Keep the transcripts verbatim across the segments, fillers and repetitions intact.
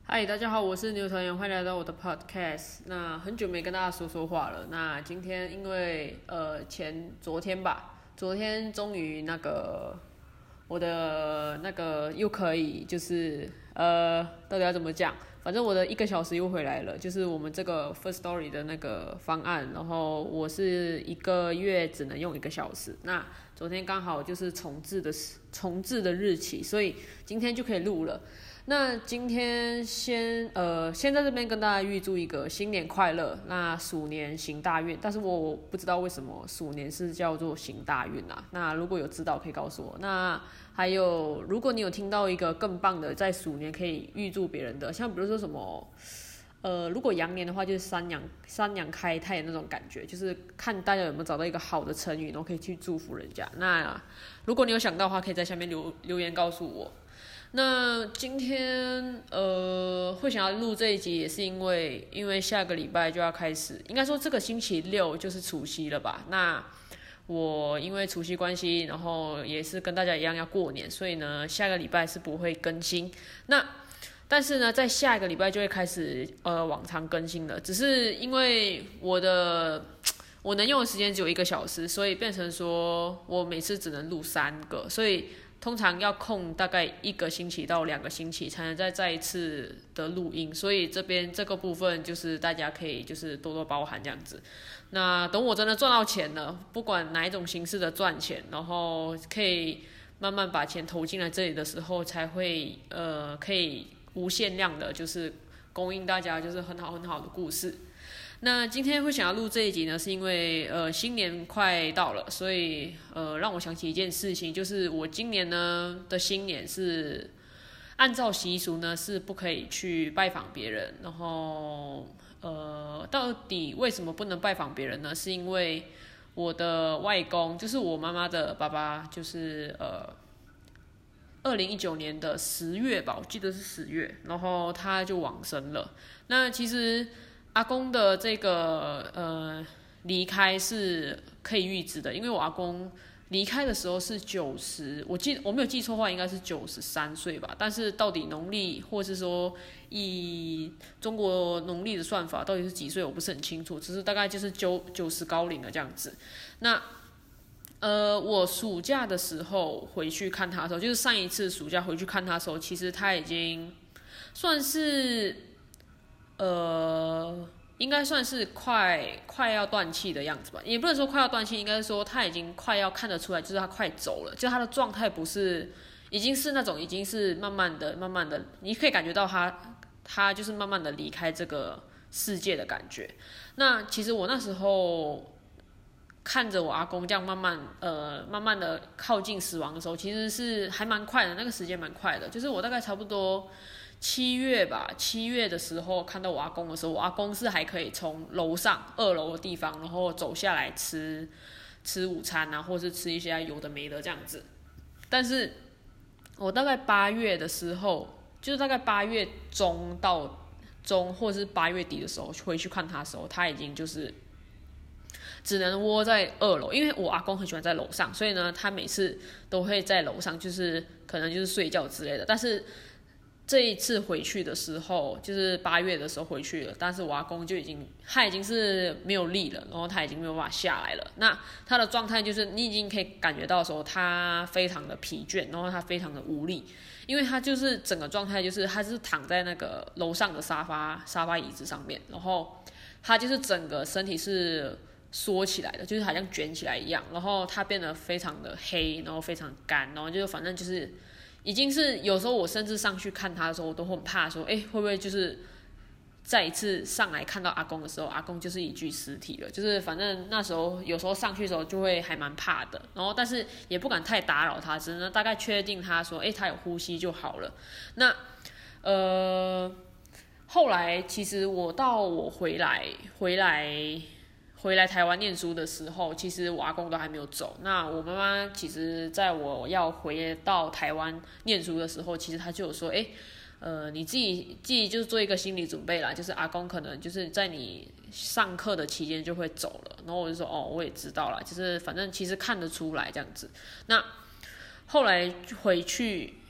嗨，大家好，我是牛团员，欢迎来到我的 podcast。那很久没跟大家说说话了。那今天因为呃前昨天吧，昨天终于那个我的那个又可以就是呃到底要怎么讲？反正我的一个小时又回来了，就是我们这个 First Story 的那个方案。然后我是一个月只能用一个小时。那昨天刚好就是重置的重置的日期，所以今天就可以录了。那今天先呃，先在这边跟大家预祝一个新年快乐。那鼠年行大运，但是我不知道为什么鼠年是叫做行大运啊。那如果有知道可以告诉我。那还有，如果你有听到一个更棒的，在鼠年可以预祝别人的，像比如说什么，呃，如果羊年的话，就是三阳三阳开泰的那种感觉，就是看大家有没有找到一个好的成语，然后可以去祝福人家。那如果你有想到的话，可以在下面留留言告诉我。那今天呃会想要录这一集，也是因为因为下个礼拜就要开始，应该说这个星期六就是除夕了吧？那我因为除夕关系，然后也是跟大家一样要过年，所以呢下个礼拜是不会更新。那但是呢，在下一个礼拜就会开始呃往常更新了，只是因为我的我能用的时间只有一个小时，所以变成说我每次只能录三个，所以通常要空大概一个星期到两个星期才能再再一次的录音，所以这边这个部分就是大家可以就是多多包涵这样子。那等我真的赚到钱了，不管哪一种形式的赚钱，然后可以慢慢把钱投进来这里的时候，才会呃可以无限量的，就是供应大家就是很好很好的故事。那今天会想要录这一集呢，是因为呃新年快到了，所以呃让我想起一件事情，就是我今年呢的新年是按照习俗呢是不可以去拜访别人，然后呃到底为什么不能拜访别人呢？是因为我的外公，就是我妈妈的爸爸，就是呃二零一九年的十月吧，我记得是十月，然后他就往生了。那其实阿公的这个呃离开是可以预知的，因为我阿公离开的时候是九十，我记我没有记错的话，应该是九十三岁吧。但是到底农历或是说以中国农历的算法，到底是几岁，我不是很清楚，只是大概就是九九十高龄了这样子。那呃，我暑假的时候回去看他的时候，就是上一次暑假回去看他的时候，其实他已经算是。呃，应该算是快快要断气的样子吧，也不能说快要断气，应该说他已经快要看得出来，就是他快走了，就他的状态不是，已经是那种已经是慢慢的、慢慢的，你可以感觉到他他就是慢慢的离开这个世界的感觉。那其实我那时候看着我阿公这样慢慢呃慢慢的靠近死亡的时候，其实是还蛮快的，那个时间蛮快的，就是我大概差不多。七月吧，七月的时候看到我阿公的时候，我阿公是还可以从楼上二楼的地方，然后走下来吃吃午餐啊，或是吃一些有的没的这样子。但是我大概八月的时候，就是大概八月中到中，或是八月底的时候回去看他的时候，他已经就是只能窝在二楼，因为我阿公很喜欢在楼上，所以呢，他每次都会在楼上，就是可能就是睡觉之类的，但是。这一次回去的时候，就是八月的时候回去了，但是我阿公就已经，他已经是没有力了，然后他已经没有办法下来了。那他的状态就是，你已经可以感觉到说他非常的疲倦，然后他非常的无力，因为他就是整个状态就是，他是躺在那个楼上的沙发沙发椅子上面，然后他就是整个身体是缩起来的，就是好像卷起来一样，然后他变得非常的黑，然后非常干，然后就反正就是。已经是有时候我甚至上去看他的时候，我都很怕说，哎，会不会就是再一次上来看到阿公的时候，阿公就是一具尸体了。就是反正那时候有时候上去的时候就会还蛮怕的，然后但是也不敢太打扰他，只能大概确定他说，哎，他有呼吸就好了。那呃，后来其实我到我回来回来。回来台湾念书的时候，其实我阿公都还没有走。那我妈妈其实在我要回到台湾念书的时候，其实她就有说，哎，呃，你自己自己就是做一个心理准备啦，就是阿公可能就是在你上课的期间就会走了。然后我就说，哦，我也知道啦，就是反正其实看得出来这样子。那后来回去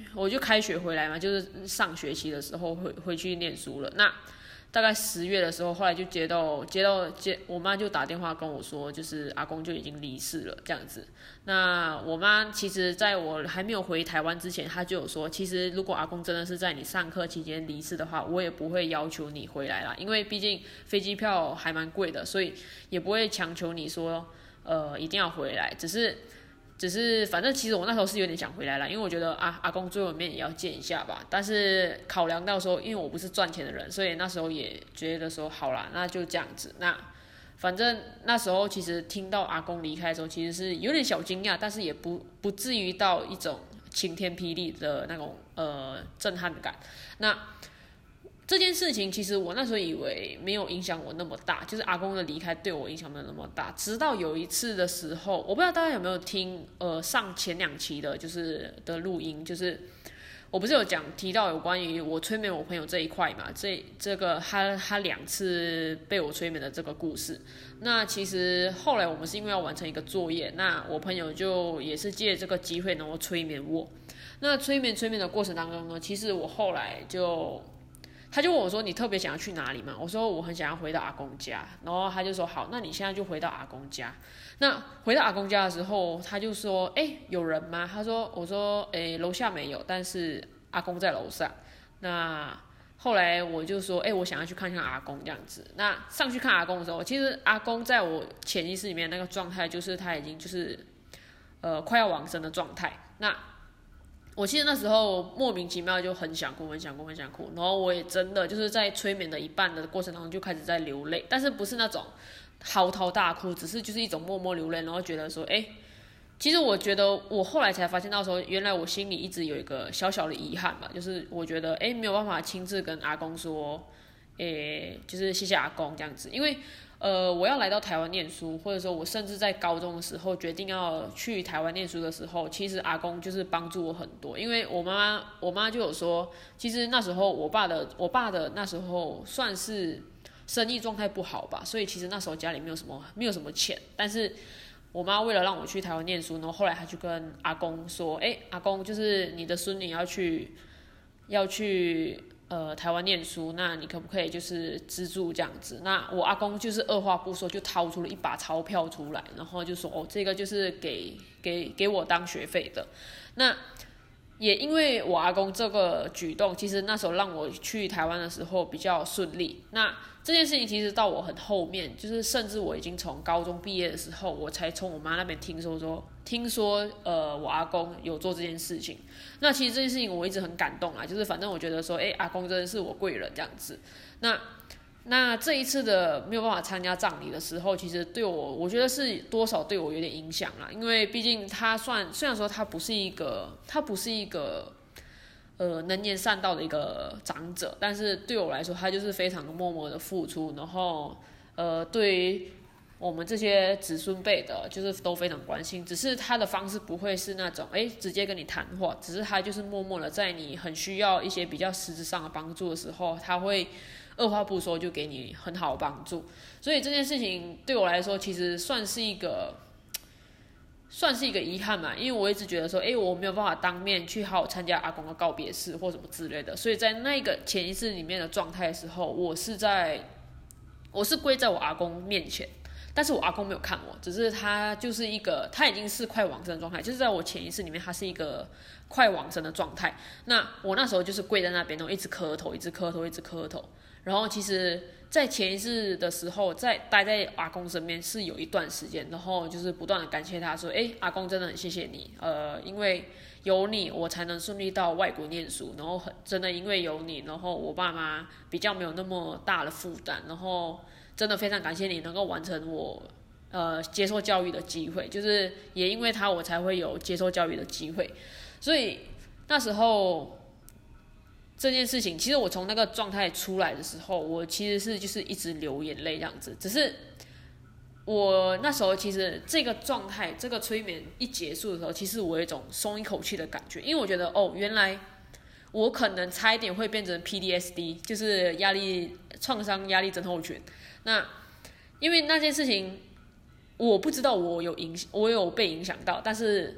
我就开学回来嘛，就是上学期的时候回回去念书了。那大概十月的时候，后来就接到接到接，我妈就打电话跟我说，就是阿公就已经离世了这样子。那我妈其实在我还没有回台湾之前，她就有说，其实如果阿公真的是在你上课期间离世的话，我也不会要求你回来啦，因为毕竟飞机票还蛮贵的，所以也不会强求你说，呃，一定要回来，只是。只是反正其实我那时候是有点想回来了，因为我觉得啊阿公最后一面也要见一下吧。但是考量到说，因为我不是赚钱的人，所以那时候也觉得说好啦，那就这样子。那反正那时候其实听到阿公离开的时候，其实是有点小惊讶，但是也不不至于到一种晴天霹雳的那种呃震撼感。那这件事情其实我那时候以为没有影响我那么大，就是阿公的离开对我影响没有那么大。直到有一次的时候，我不知道大家有没有听呃上前两期的，就是的录音，就是我不是有讲提到有关于我催眠我朋友这一块嘛，这这个他他两次被我催眠的这个故事。那其实后来我们是因为要完成一个作业，那我朋友就也是借这个机会能够催眠我。那催眠催眠的过程当中呢，其实我后来就。他就问我说：“你特别想要去哪里吗？”我说：“我很想要回到阿公家。”然后他就说：“好，那你现在就回到阿公家。”那回到阿公家的时候，他就说：“哎、欸，有人吗？”他说：“我说，哎、欸，楼下没有，但是阿公在楼上。”那后来我就说：“哎、欸，我想要去看看阿公这样子。”那上去看阿公的时候，其实阿公在我潜意识里面那个状态，就是他已经就是呃快要往生的状态。那我记得那时候莫名其妙就很想哭，很想哭，很想哭，然后我也真的就是在催眠的一半的过程当中就开始在流泪，但是不是那种嚎啕大哭，只是就是一种默默流泪，然后觉得说，哎，其实我觉得我后来才发现到说，原来我心里一直有一个小小的遗憾吧，就是我觉得哎没有办法亲自跟阿公说，哎，就是谢谢阿公这样子，因为。呃，我要来到台湾念书，或者说我甚至在高中的时候决定要去台湾念书的时候，其实阿公就是帮助我很多，因为我妈妈，我妈就有说，其实那时候我爸的，我爸的那时候算是生意状态不好吧，所以其实那时候家里没有什么，没有什么钱，但是我妈为了让我去台湾念书，然后后来她就跟阿公说，哎，阿公就是你的孙女要去，要去。呃，台湾念书，那你可不可以就是资助这样子？那我阿公就是二话不说就掏出了一把钞票出来，然后就说哦，这个就是给给给我当学费的。那也因为我阿公这个举动，其实那时候让我去台湾的时候比较顺利。那这件事情其实到我很后面，就是甚至我已经从高中毕业的时候，我才从我妈那边听说说，听说呃我阿公有做这件事情。那其实这件事情我一直很感动啊，就是反正我觉得说，哎、欸，阿公真的是我贵人这样子。那那这一次的没有办法参加葬礼的时候，其实对我，我觉得是多少对我有点影响啦，因为毕竟他算虽然说他不是一个，他不是一个。呃，能言善道的一个长者，但是对我来说，他就是非常的默默的付出，然后呃，对于我们这些子孙辈的，就是都非常关心。只是他的方式不会是那种，哎，直接跟你谈话，只是他就是默默的在你很需要一些比较实质上的帮助的时候，他会二话不说就给你很好的帮助。所以这件事情对我来说，其实算是一个。算是一个遗憾嘛，因为我一直觉得说，哎，我没有办法当面去好好参加阿公的告别式或什么之类的，所以在那个潜意识里面的状态的时候，我是在，我是跪在我阿公面前，但是我阿公没有看我，只是他就是一个，他已经是快往生的状态，就是在我潜意识里面，他是一个快往生的状态。那我那时候就是跪在那边，然后一直磕头，一直磕头，一直磕头，然后其实。在前一次的时候，在待在阿公身边是有一段时间，然后就是不断的感谢他说，哎，阿公真的很谢谢你，呃，因为有你，我才能顺利到外国念书，然后很真的因为有你，然后我爸妈比较没有那么大的负担，然后真的非常感谢你能够完成我呃接受教育的机会，就是也因为他我才会有接受教育的机会，所以那时候。这件事情，其实我从那个状态出来的时候，我其实是就是一直流眼泪这样子。只是我那时候其实这个状态，这个催眠一结束的时候，其实我有一种松一口气的感觉，因为我觉得哦，原来我可能差一点会变成 P T S D， 就是压力创伤压力症候群。那因为那件事情，我不知道我有影，我有被影响到，但是。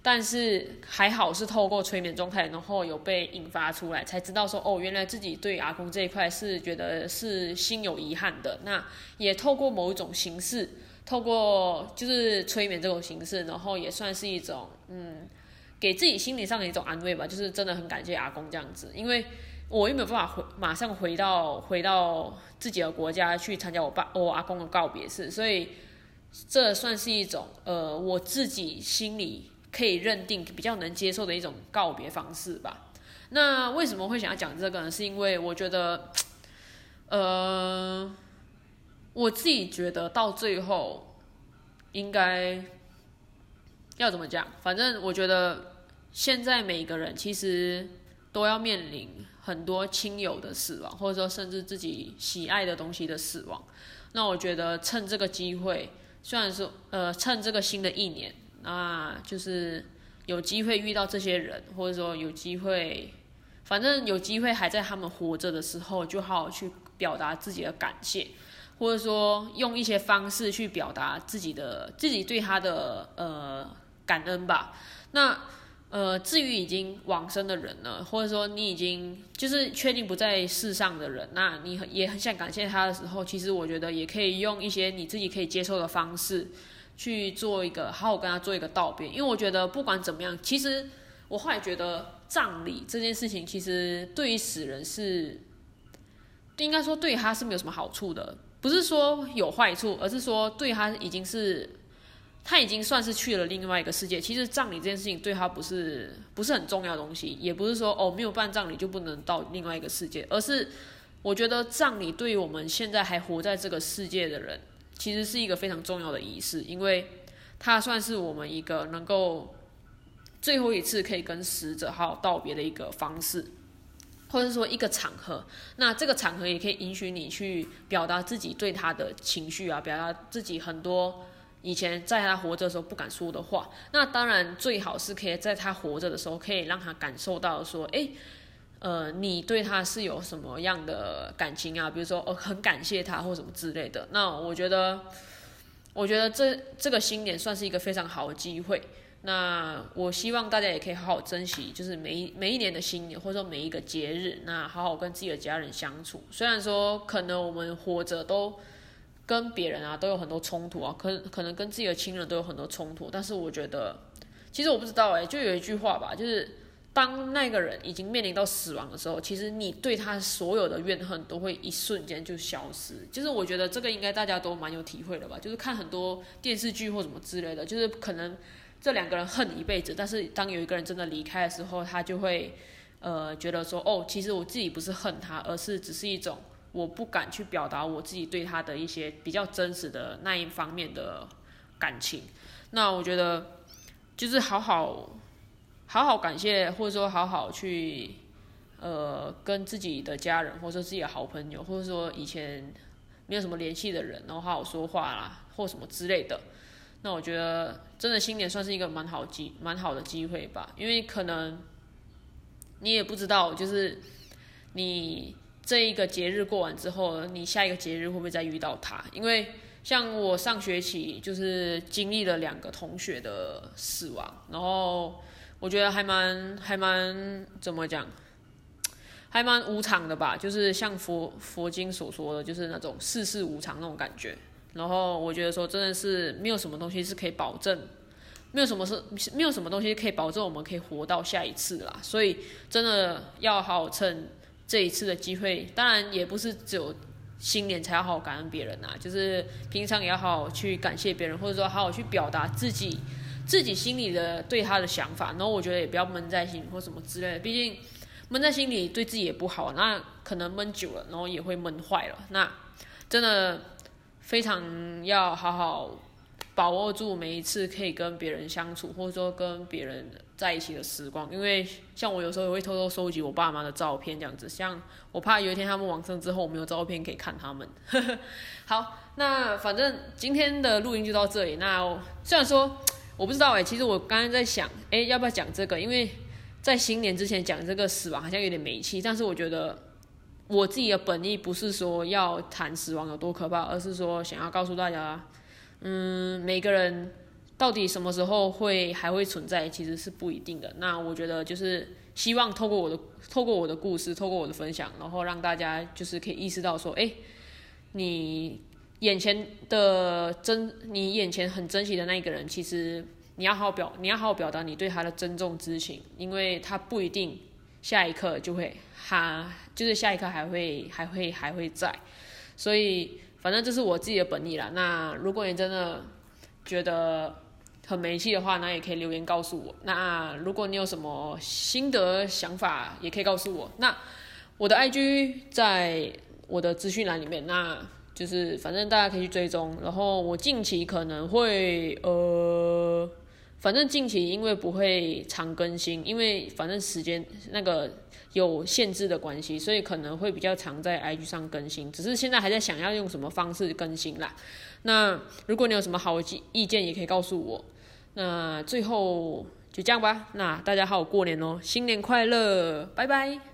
但是还好是透过催眠状态，然后有被引发出来，才知道说哦，原来自己对阿公这一块是觉得是心有遗憾的。那也透过某一种形式，透过就是催眠这种形式，然后也算是一种嗯，给自己心理上的一种安慰吧，就是真的很感谢阿公这样子，因为我又没有办法回马上回到回到自己的国家去参加我爸我阿公的告别式，所以这算是一种呃我自己心里可以认定比较能接受的一种告别方式吧。那为什么会想要讲这个呢？是因为我觉得，呃，我自己觉得到最后应该要怎么讲？反正我觉得现在每一个人其实都要面临很多亲友的死亡，或者说甚至自己喜爱的东西的死亡。那我觉得趁这个机会，虽然说呃趁这个新的一年，那就是有机会遇到这些人，或者说有机会，反正有机会还在他们活着的时候，就好好去表达自己的感谢，或者说用一些方式去表达自己的自己对他的呃感恩吧。那呃，至于已经往生的人呢，或者说你已经就是确定不在世上的人，那你也很想感谢他的时候，其实我觉得也可以用一些你自己可以接受的方式去做一个好好跟他做一个道别。因为我觉得不管怎么样，其实我后来觉得葬礼这件事情，其实对于死人是应该说对他是没有什么好处的，不是说有坏处，而是说对他已经是。他已经算是去了另外一个世界。其实葬礼这件事情对他不是不是很重要的东西，也不是说哦没有办葬礼就不能到另外一个世界，而是我觉得葬礼对于我们现在还活在这个世界的人，其实是一个非常重要的仪式，因为它算是我们一个能够最后一次可以跟死者好好道别的一个方式，或者是说一个场合。那这个场合也可以允许你去表达自己对他的情绪啊，表达自己很多以前在他活着的时候不敢说的话。那当然最好是可以在他活着的时候可以让他感受到说，哎，呃，你对他是有什么样的感情啊，比如说，呃，很感谢他或什么之类的。那我觉得我觉得这这个新年算是一个非常好的机会。那我希望大家也可以好好珍惜，就是每一每一年的新年，或者说每一个节日，那好好跟自己的家人相处。虽然说可能我们活着都跟别人啊都有很多冲突啊，可可能跟自己的亲人都有很多冲突，但是我觉得，其实我不知道哎、欸，就有一句话吧，就是当那个人已经面临到死亡的时候，其实你对他所有的怨恨都会一瞬间就消失。就是我觉得这个应该大家都蛮有体会的吧，就是看很多电视剧或什么之类的，就是可能这两个人恨一辈子，但是当有一个人真的离开的时候，他就会呃觉得说，哦，其实我自己不是恨他，而是只是一种我不敢去表达我自己对他的一些比较真实的那一方面的感情。那我觉得就是好好好好感谢，或者说好好去呃跟自己的家人，或者说自己的好朋友，或者说以前没有什么联系的人，然后好好说话啦，或什么之类的。那我觉得真的新年算是一个蛮好机蛮好的机会吧，因为可能你也不知道，就是你这一个节日过完之后，你下一个节日会不会再遇到他？因为像我上学期就是经历了两个同学的死亡，然后我觉得还蛮还蛮怎么讲，还蛮无常的吧，就是像佛佛经所说的，就是那种世事无常那种感觉。然后我觉得说，真的是没有什么东西是可以保证，没有什么是没有什么东西可以保证我们可以活到下一次啦。所以真的要好好趁这一次的机会，当然也不是只有新年才要好好感恩别人啊，就是平常也要好好去感谢别人，或者说好好去表达自己自己心里的对他的想法。然后我觉得也不要闷在心里或什么之类的，毕竟闷在心里对自己也不好，那可能闷久了，然后也会闷坏了。那真的非常要好好把握住每一次可以跟别人相处，或者说跟别人在一起的时光。因为像我有时候也会偷偷收集我爸妈的照片，这样子，像我怕有一天他们往生之后，我没有照片可以看他们。好，那反正今天的录音就到这里。那虽然说我不知道哎、欸，其实我刚刚在想，哎、欸，要不要讲这个？因为在新年之前讲这个死亡好像有点没气，但是我觉得我自己的本意不是说要谈死亡有多可怕，而是说想要告诉大家，嗯，每个人到底什么时候会还会存在，其实是不一定的。那我觉得就是希望透过我的透过我的故事，透过我的分享，然后让大家就是可以意识到说，哎，你眼前的珍，你眼前很珍惜的那一个人，其实你要好好表，你要好好表达你对他的珍重之情，因为他不一定下一刻就会，哈，就是下一刻还会还会还会在，所以反正这是我自己的本意啦。那如果你真的觉得很没气的话，那也可以留言告诉我。那如果你有什么心得想法，也可以告诉我。那我的 I G 在我的资讯栏里面，那就是反正大家可以去追踪。然后我近期可能会呃，反正近期因为不会常更新，因为反正时间那个有限制的关系，所以可能会比较常在 I G 上更新。只是现在还在想要用什么方式更新啦。那如果你有什么好的意见，也可以告诉我。那最后就这样吧，那大家好好过年咯，新年快乐，拜拜。